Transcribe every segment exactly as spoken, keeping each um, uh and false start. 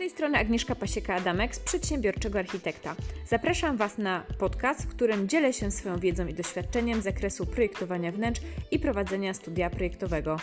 tej strony Agnieszka Pasieka-Adamek z Przedsiębiorczego Architekta. Zapraszam Was na podcast, w którym dzielę się swoją wiedzą i doświadczeniem z zakresu projektowania wnętrz i prowadzenia studia projektowego.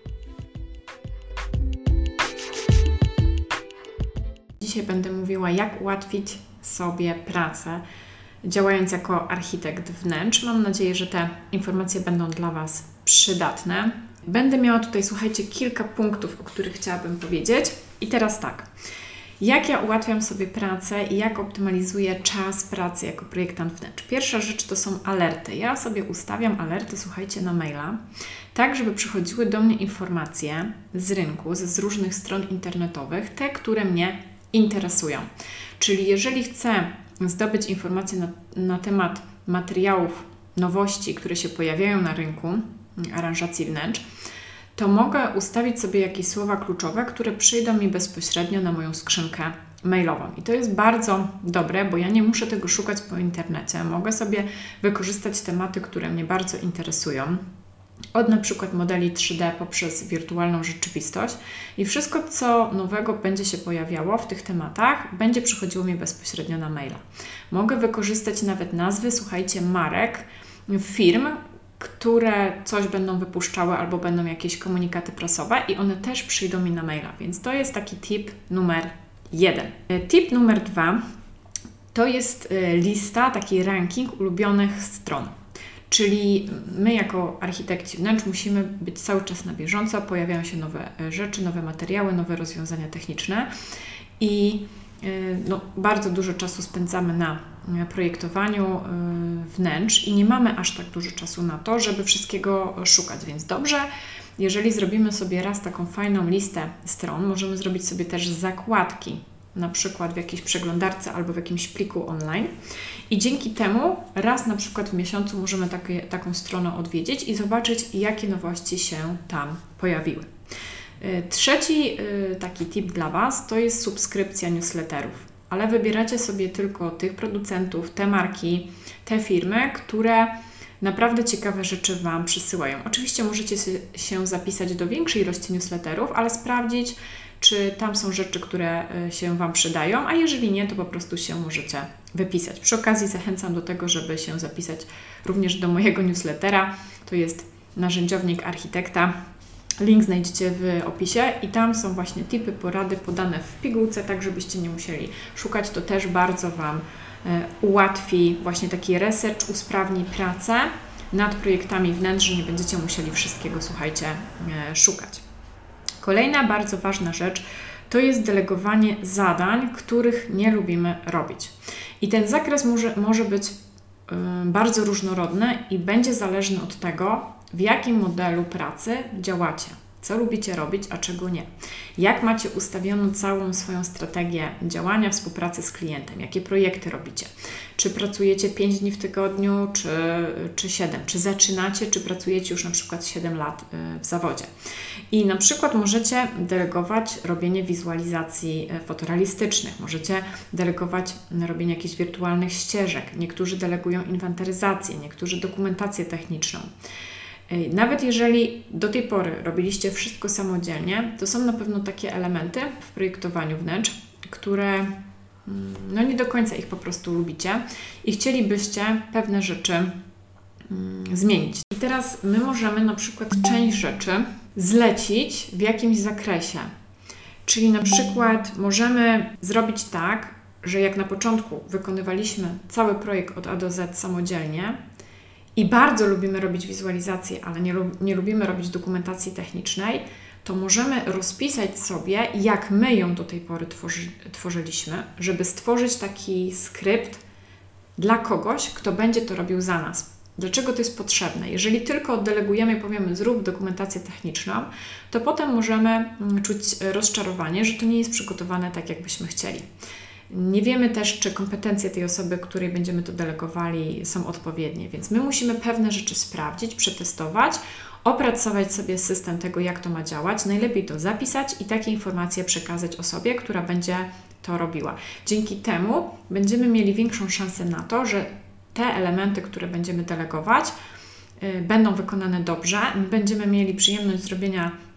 Dzisiaj będę mówiła, jak ułatwić sobie pracę, działając jako architekt wnętrz. Mam nadzieję, że te informacje będą dla Was przydatne. Będę miała tutaj, słuchajcie, kilka punktów, o których chciałabym powiedzieć. I teraz tak, jak ja ułatwiam sobie pracę i jak optymalizuję czas pracy jako projektant wnętrz? Pierwsza rzecz to są alerty. Ja sobie ustawiam alerty, słuchajcie, na maila, tak żeby przychodziły do mnie informacje z rynku, z, z różnych stron internetowych, te, które mnie interesują. Czyli jeżeli chcę zdobyć informacje na, na temat materiałów, nowości, które się pojawiają na rynku, aranżacji wnętrz, to mogę ustawić sobie jakieś słowa kluczowe, które przyjdą mi bezpośrednio na moją skrzynkę mailową. I to jest bardzo dobre, bo ja nie muszę tego szukać po internecie. Mogę sobie wykorzystać tematy, które mnie bardzo interesują. Od na przykład modeli trzy D poprzez wirtualną rzeczywistość i wszystko, co nowego będzie się pojawiało w tych tematach, będzie przychodziło mi bezpośrednio na maila. Mogę wykorzystać nawet nazwy, słuchajcie, marek, firm, które coś będą wypuszczały albo będą jakieś komunikaty prasowe i one też przyjdą mi na maila, więc to jest taki tip numer jeden. Tip numer dwa to jest lista, taki ranking ulubionych stron. Czyli my jako architekci wnętrz musimy być cały czas na bieżąco, pojawiają się nowe rzeczy, nowe materiały, nowe rozwiązania techniczne i no, bardzo dużo czasu spędzamy na projektowaniu wnętrz i nie mamy aż tak dużo czasu na to, żeby wszystkiego szukać, więc dobrze, jeżeli zrobimy sobie raz taką fajną listę stron, możemy zrobić sobie też zakładki, na przykład w jakiejś przeglądarce albo w jakimś pliku online i dzięki temu raz na przykład w miesiącu możemy takie, taką stronę odwiedzić i zobaczyć, jakie nowości się tam pojawiły. Trzeci taki tip dla Was to jest subskrypcja newsletterów, ale wybieracie sobie tylko tych producentów, te marki, te firmy, które naprawdę ciekawe rzeczy Wam przysyłają. Oczywiście możecie się zapisać do większej ilości newsletterów, ale sprawdzić, czy tam są rzeczy, które się Wam przydają, a jeżeli nie, to po prostu się możecie wypisać. Przy okazji zachęcam do tego, żeby się zapisać również do mojego newslettera. To jest narzędziownik architekta. Link znajdziecie w opisie i tam są właśnie tipy, porady podane w pigułce, tak żebyście nie musieli szukać. To też bardzo Wam ułatwi właśnie taki research, usprawni pracę nad projektami wnętrz, że nie będziecie musieli wszystkiego, słuchajcie, szukać. Kolejna bardzo ważna rzecz to jest delegowanie zadań, których nie lubimy robić. I ten zakres może, może być y, bardzo różnorodny i będzie zależny od tego, w jakim modelu pracy działacie. Co lubicie robić, a czego nie. Jak macie ustawioną całą swoją strategię działania, współpracy z klientem. Jakie projekty robicie. Czy pracujecie pięć dni w tygodniu, czy, czy siedem. Czy zaczynacie, czy pracujecie już na przykład siedem lat w zawodzie. I na przykład możecie delegować robienie wizualizacji fotorealistycznych. Możecie delegować robienie jakichś wirtualnych ścieżek. Niektórzy delegują inwentaryzację, niektórzy dokumentację techniczną. Nawet jeżeli do tej pory robiliście wszystko samodzielnie, to są na pewno takie elementy w projektowaniu wnętrz, które no nie do końca ich po prostu lubicie i chcielibyście pewne rzeczy mm, zmienić. I teraz my możemy na przykład część rzeczy zlecić w jakimś zakresie. Czyli na przykład możemy zrobić tak, że jak na początku wykonywaliśmy cały projekt od A do Z samodzielnie, i bardzo lubimy robić wizualizację, ale nie, nie lubimy robić dokumentacji technicznej, to możemy rozpisać sobie, jak my ją do tej pory tworzy, tworzyliśmy, żeby stworzyć taki skrypt dla kogoś, kto będzie to robił za nas. Dlaczego to jest potrzebne? Jeżeli tylko oddelegujemy i powiemy zrób dokumentację techniczną, to potem możemy czuć rozczarowanie, że to nie jest przygotowane tak, jak byśmy chcieli. Nie wiemy też, czy kompetencje tej osoby, której będziemy to delegowali, są odpowiednie, więc my musimy pewne rzeczy sprawdzić, przetestować, opracować sobie system tego, jak to ma działać, najlepiej to zapisać i takie informacje przekazać osobie, która będzie to robiła. Dzięki temu będziemy mieli większą szansę na to, że te elementy, które będziemy delegować, yy, będą wykonane dobrze, będziemy mieli przyjemność zrobienia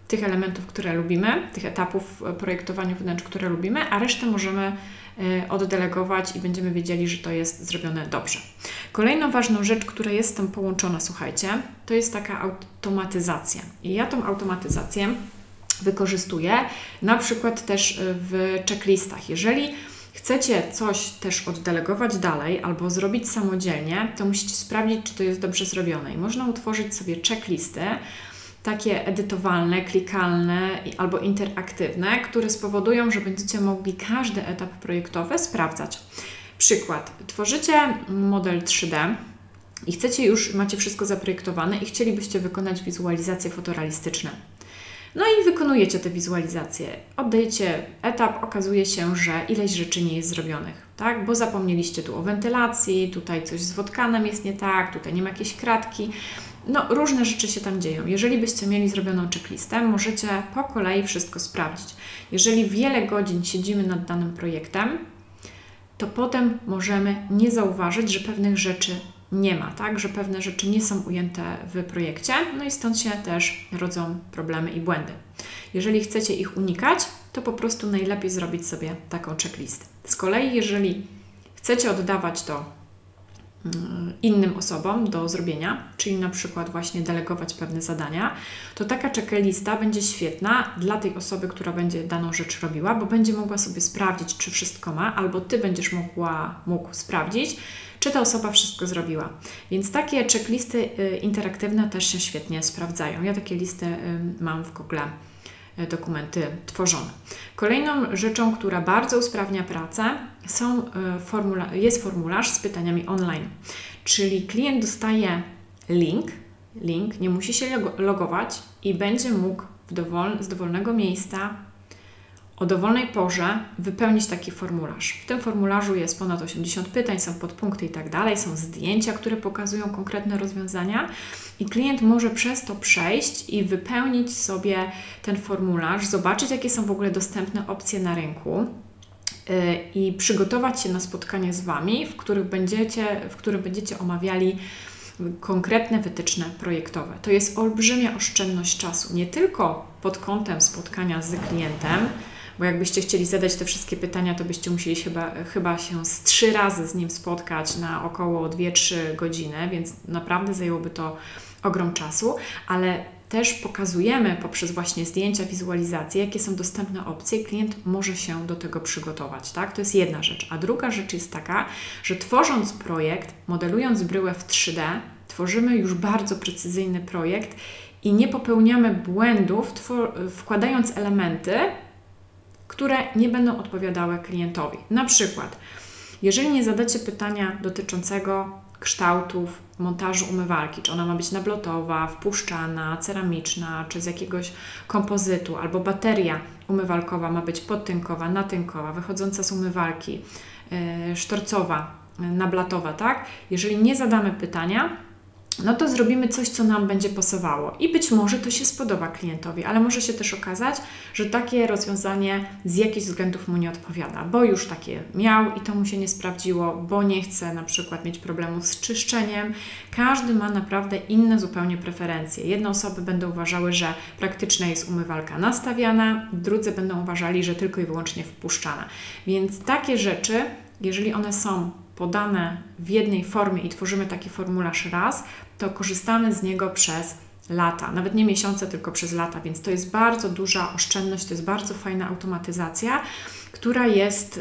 tych elementów, które lubimy, tych etapów projektowania wnętrz, które lubimy, a resztę możemy oddelegować i będziemy wiedzieli, że to jest zrobione dobrze. Kolejną ważną rzecz, która jest z tym połączona, słuchajcie, to jest taka automatyzacja. I ja tą automatyzację wykorzystuję na przykład też w checklistach. Jeżeli chcecie coś też oddelegować dalej albo zrobić samodzielnie, to musicie sprawdzić, czy to jest dobrze zrobione. I można utworzyć sobie checklisty, takie edytowalne, klikalne albo interaktywne, które spowodują, że będziecie mogli każdy etap projektowy sprawdzać. Przykład. Tworzycie model trzy D i chcecie już, macie wszystko zaprojektowane i chcielibyście wykonać wizualizacje fotorealistyczne. No i wykonujecie te wizualizacje. Oddajecie etap, okazuje się, że ileś rzeczy nie jest zrobionych, tak? Bo zapomnieliście tu o wentylacji, tutaj coś z wodkanem jest nie tak, tutaj nie ma jakiejś kratki. No, różne rzeczy się tam dzieją. Jeżeli byście mieli zrobioną checklistę, możecie po kolei wszystko sprawdzić. Jeżeli wiele godzin siedzimy nad danym projektem, to potem możemy nie zauważyć, że pewnych rzeczy nie ma, tak? Że pewne rzeczy nie są ujęte w projekcie, no i stąd się też rodzą problemy i błędy. Jeżeli chcecie ich unikać, to po prostu najlepiej zrobić sobie taką checklistę. Z kolei, jeżeli chcecie oddawać to innym osobom do zrobienia, czyli na przykład właśnie delegować pewne zadania, to taka checklista będzie świetna dla tej osoby, która będzie daną rzecz robiła, bo będzie mogła sobie sprawdzić, czy wszystko ma, albo Ty będziesz mogła, mógł sprawdzić, czy ta osoba wszystko zrobiła. Więc takie checklisty interaktywne też się świetnie sprawdzają. Ja takie listy mam w Google dokumenty tworzone. Kolejną rzeczą, która bardzo usprawnia pracę, są formula- jest formularz z pytaniami online. Czyli klient dostaje link, link, nie musi się logować i będzie mógł w dowol- z dowolnego miejsca o dowolnej porze wypełnić taki formularz. W tym formularzu jest ponad osiemdziesiąt pytań, są podpunkty i tak dalej, są zdjęcia, które pokazują konkretne rozwiązania i klient może przez to przejść i wypełnić sobie ten formularz, zobaczyć, jakie są w ogóle dostępne opcje na rynku yy, i przygotować się na spotkanie z Wami, w którym będziecie, w którym będziecie omawiali konkretne wytyczne projektowe. To jest olbrzymia oszczędność czasu, nie tylko pod kątem spotkania z klientem, bo jakbyście chcieli zadać te wszystkie pytania, to byście musieli chyba, chyba się z trzy razy z nim spotkać na około dwie trzy godziny, więc naprawdę zajęłoby to ogrom czasu, ale też pokazujemy poprzez właśnie zdjęcia, wizualizacje, jakie są dostępne opcje i klient może się do tego przygotować, tak? To jest jedna rzecz. A druga rzecz jest taka, że tworząc projekt, modelując bryłę w trzy D, tworzymy już bardzo precyzyjny projekt i nie popełniamy błędów, wkładając elementy, które nie będą odpowiadały klientowi. Na przykład, jeżeli nie zadacie pytania dotyczącego kształtów montażu umywalki, czy ona ma być nablotowa, wpuszczana, ceramiczna, czy z jakiegoś kompozytu, albo bateria umywalkowa ma być podtynkowa, natynkowa, wychodząca z umywalki, yy, sztorcowa, yy, nablatowa, tak? Jeżeli nie zadamy pytania, no to zrobimy coś, co nam będzie pasowało i być może to się spodoba klientowi, ale może się też okazać, że takie rozwiązanie z jakichś względów mu nie odpowiada, bo już takie miał i to mu się nie sprawdziło, bo nie chce na przykład mieć problemów z czyszczeniem. Każdy ma naprawdę inne zupełnie preferencje. Jedne osoby będą uważały, że praktyczna jest umywalka nastawiana, drudzy będą uważali, że tylko i wyłącznie wpuszczana. Więc takie rzeczy, jeżeli one są podane w jednej formie i tworzymy taki formularz raz, to korzystamy z niego przez lata, nawet nie miesiące, tylko przez lata, więc to jest bardzo duża oszczędność, to jest bardzo fajna automatyzacja, która jest,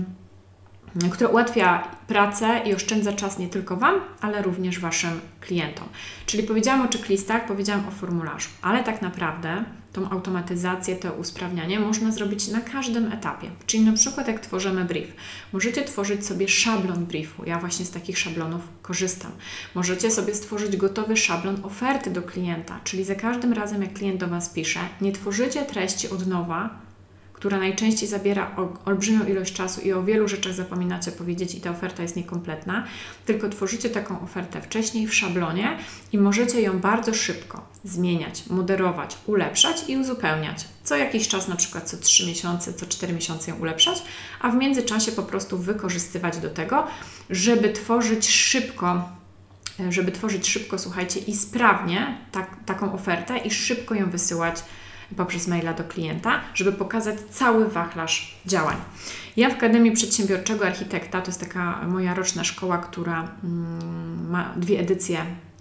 yy, która ułatwia pracę i oszczędza czas nie tylko Wam, ale również Waszym klientom. Czyli powiedziałam o checklistach, powiedziałam o formularzu, ale tak naprawdę tą automatyzację, to usprawnianie można zrobić na każdym etapie. Czyli na przykład jak tworzymy brief. Możecie tworzyć sobie szablon briefu. Ja właśnie z takich szablonów korzystam. Możecie sobie stworzyć gotowy szablon oferty do klienta. Czyli za każdym razem jak klient do Was pisze, nie tworzycie treści od nowa, która najczęściej zabiera olbrzymią ilość czasu i o wielu rzeczach zapominacie powiedzieć i ta oferta jest niekompletna, tylko tworzycie taką ofertę wcześniej w szablonie i możecie ją bardzo szybko zmieniać, moderować, ulepszać i uzupełniać. Co jakiś czas, na przykład co trzy miesiące, co cztery miesiące ją ulepszać, a w międzyczasie po prostu wykorzystywać do tego, żeby tworzyć szybko, żeby tworzyć szybko, słuchajcie, i sprawnie tak, taką ofertę i szybko ją wysyłać poprzez maila do klienta, żeby pokazać cały wachlarz działań. Ja w Akademii Przedsiębiorczego Architekta, to jest taka moja roczna szkoła, która mm, ma dwie edycje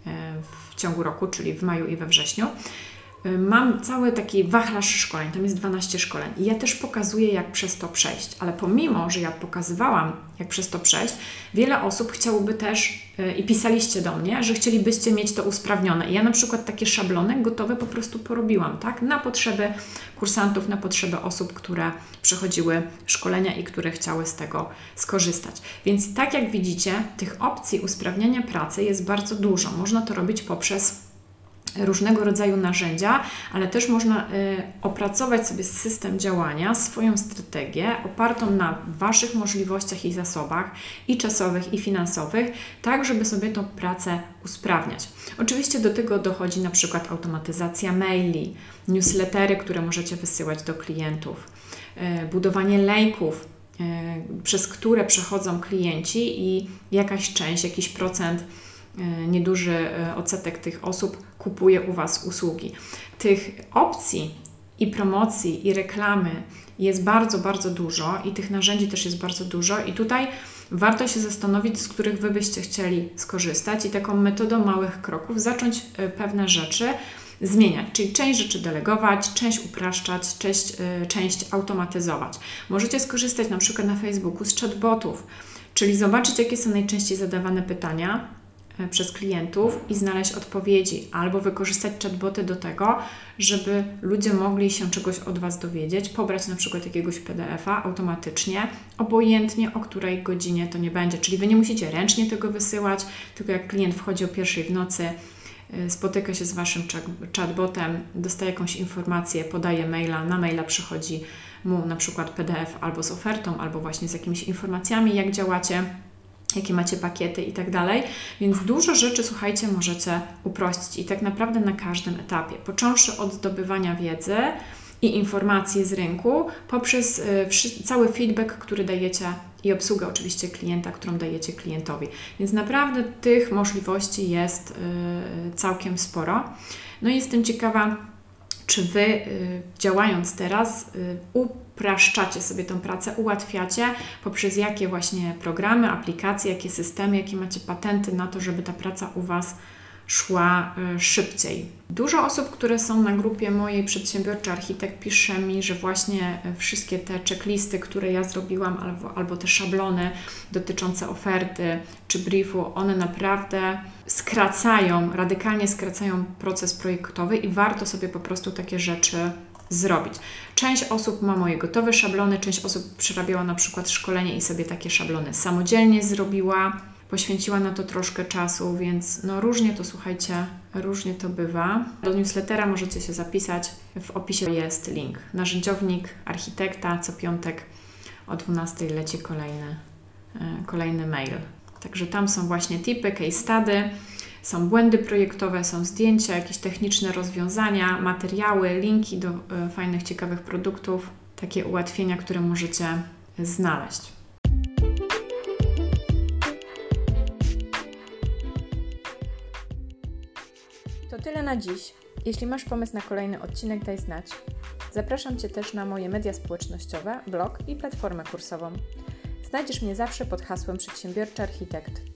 w ciągu roku, czyli w maju i we wrześniu. Mam cały taki wachlarz szkoleń, tam jest dwanaście szkoleń i ja też pokazuję, jak przez to przejść, ale pomimo, że ja pokazywałam, jak przez to przejść, wiele osób chciałoby też yy, i pisaliście do mnie, że chcielibyście mieć to usprawnione. I ja na przykład takie szablony gotowe po prostu porobiłam, tak? Na potrzeby kursantów, na potrzeby osób, które przechodziły szkolenia i które chciały z tego skorzystać. Więc tak jak widzicie, tych opcji usprawniania pracy jest bardzo dużo. Można to robić poprzez różnego rodzaju narzędzia, ale też można y, opracować sobie system działania, swoją strategię opartą na Waszych możliwościach i zasobach i czasowych, i finansowych, tak żeby sobie tą pracę usprawniać. Oczywiście do tego dochodzi na przykład automatyzacja maili, newslettery, które możecie wysyłać do klientów, y, budowanie lejków, y, przez które przechodzą klienci i jakaś część, jakiś procent, nieduży odsetek tych osób kupuje u Was usługi. Tych opcji i promocji, i reklamy jest bardzo, bardzo dużo i tych narzędzi też jest bardzo dużo i tutaj warto się zastanowić, z których Wy byście chcieli skorzystać i taką metodą małych kroków zacząć pewne rzeczy zmieniać, czyli część rzeczy delegować, część upraszczać, część, część automatyzować. Możecie skorzystać na przykład na Facebooku z chatbotów, czyli zobaczyć, jakie są najczęściej zadawane pytania przez klientów i znaleźć odpowiedzi, albo wykorzystać chatboty do tego, żeby ludzie mogli się czegoś od Was dowiedzieć, pobrać na przykład jakiegoś P D F a automatycznie, obojętnie o której godzinie to nie będzie. Czyli Wy nie musicie ręcznie tego wysyłać, tylko jak klient wchodzi o pierwszej w nocy, spotyka się z Waszym chatbotem, dostaje jakąś informację, podaje maila, na maila przychodzi mu na przykład P D F albo z ofertą, albo właśnie z jakimiś informacjami, jak działacie, jakie macie pakiety i tak dalej, więc dużo rzeczy, słuchajcie, możecie uprościć i tak naprawdę na każdym etapie, począwszy od zdobywania wiedzy i informacji z rynku, poprzez y, cały feedback, który dajecie i obsługę oczywiście klienta, którą dajecie klientowi. Więc naprawdę tych możliwości jest y, całkiem sporo. No i jestem ciekawa, czy Wy y, działając teraz y, upraszczacie sobie tę pracę, ułatwiacie poprzez jakie właśnie programy, aplikacje, jakie systemy, jakie macie patenty na to, żeby ta praca u Was szła y, szybciej. Dużo osób, które są na grupie mojej Przedsiębiorczy Architekt, pisze mi, że właśnie wszystkie te checklisty, które ja zrobiłam, albo, albo te szablony dotyczące oferty czy briefu, one naprawdę skracają, radykalnie skracają proces projektowy i warto sobie po prostu takie rzeczy zrobić. Część osób ma moje gotowe szablony, część osób przerabiała na przykład szkolenie i sobie takie szablony samodzielnie zrobiła, poświęciła na to troszkę czasu, więc no różnie to, słuchajcie, różnie to bywa. Do newslettera możecie się zapisać, w opisie jest link. Narzędziownik Architekta, co piątek o dwunastej leci kolejny, kolejny mail. Także tam są właśnie tipy, case study, są błędy projektowe, są zdjęcia, jakieś techniczne rozwiązania, materiały, linki do y, fajnych, ciekawych produktów, takie ułatwienia, które możecie znaleźć. To tyle na dziś. Jeśli masz pomysł na kolejny odcinek, daj znać. Zapraszam Cię też na moje media społecznościowe, blog i platformę kursową. Znajdziesz mnie zawsze pod hasłem Przedsiębiorczy Architekt.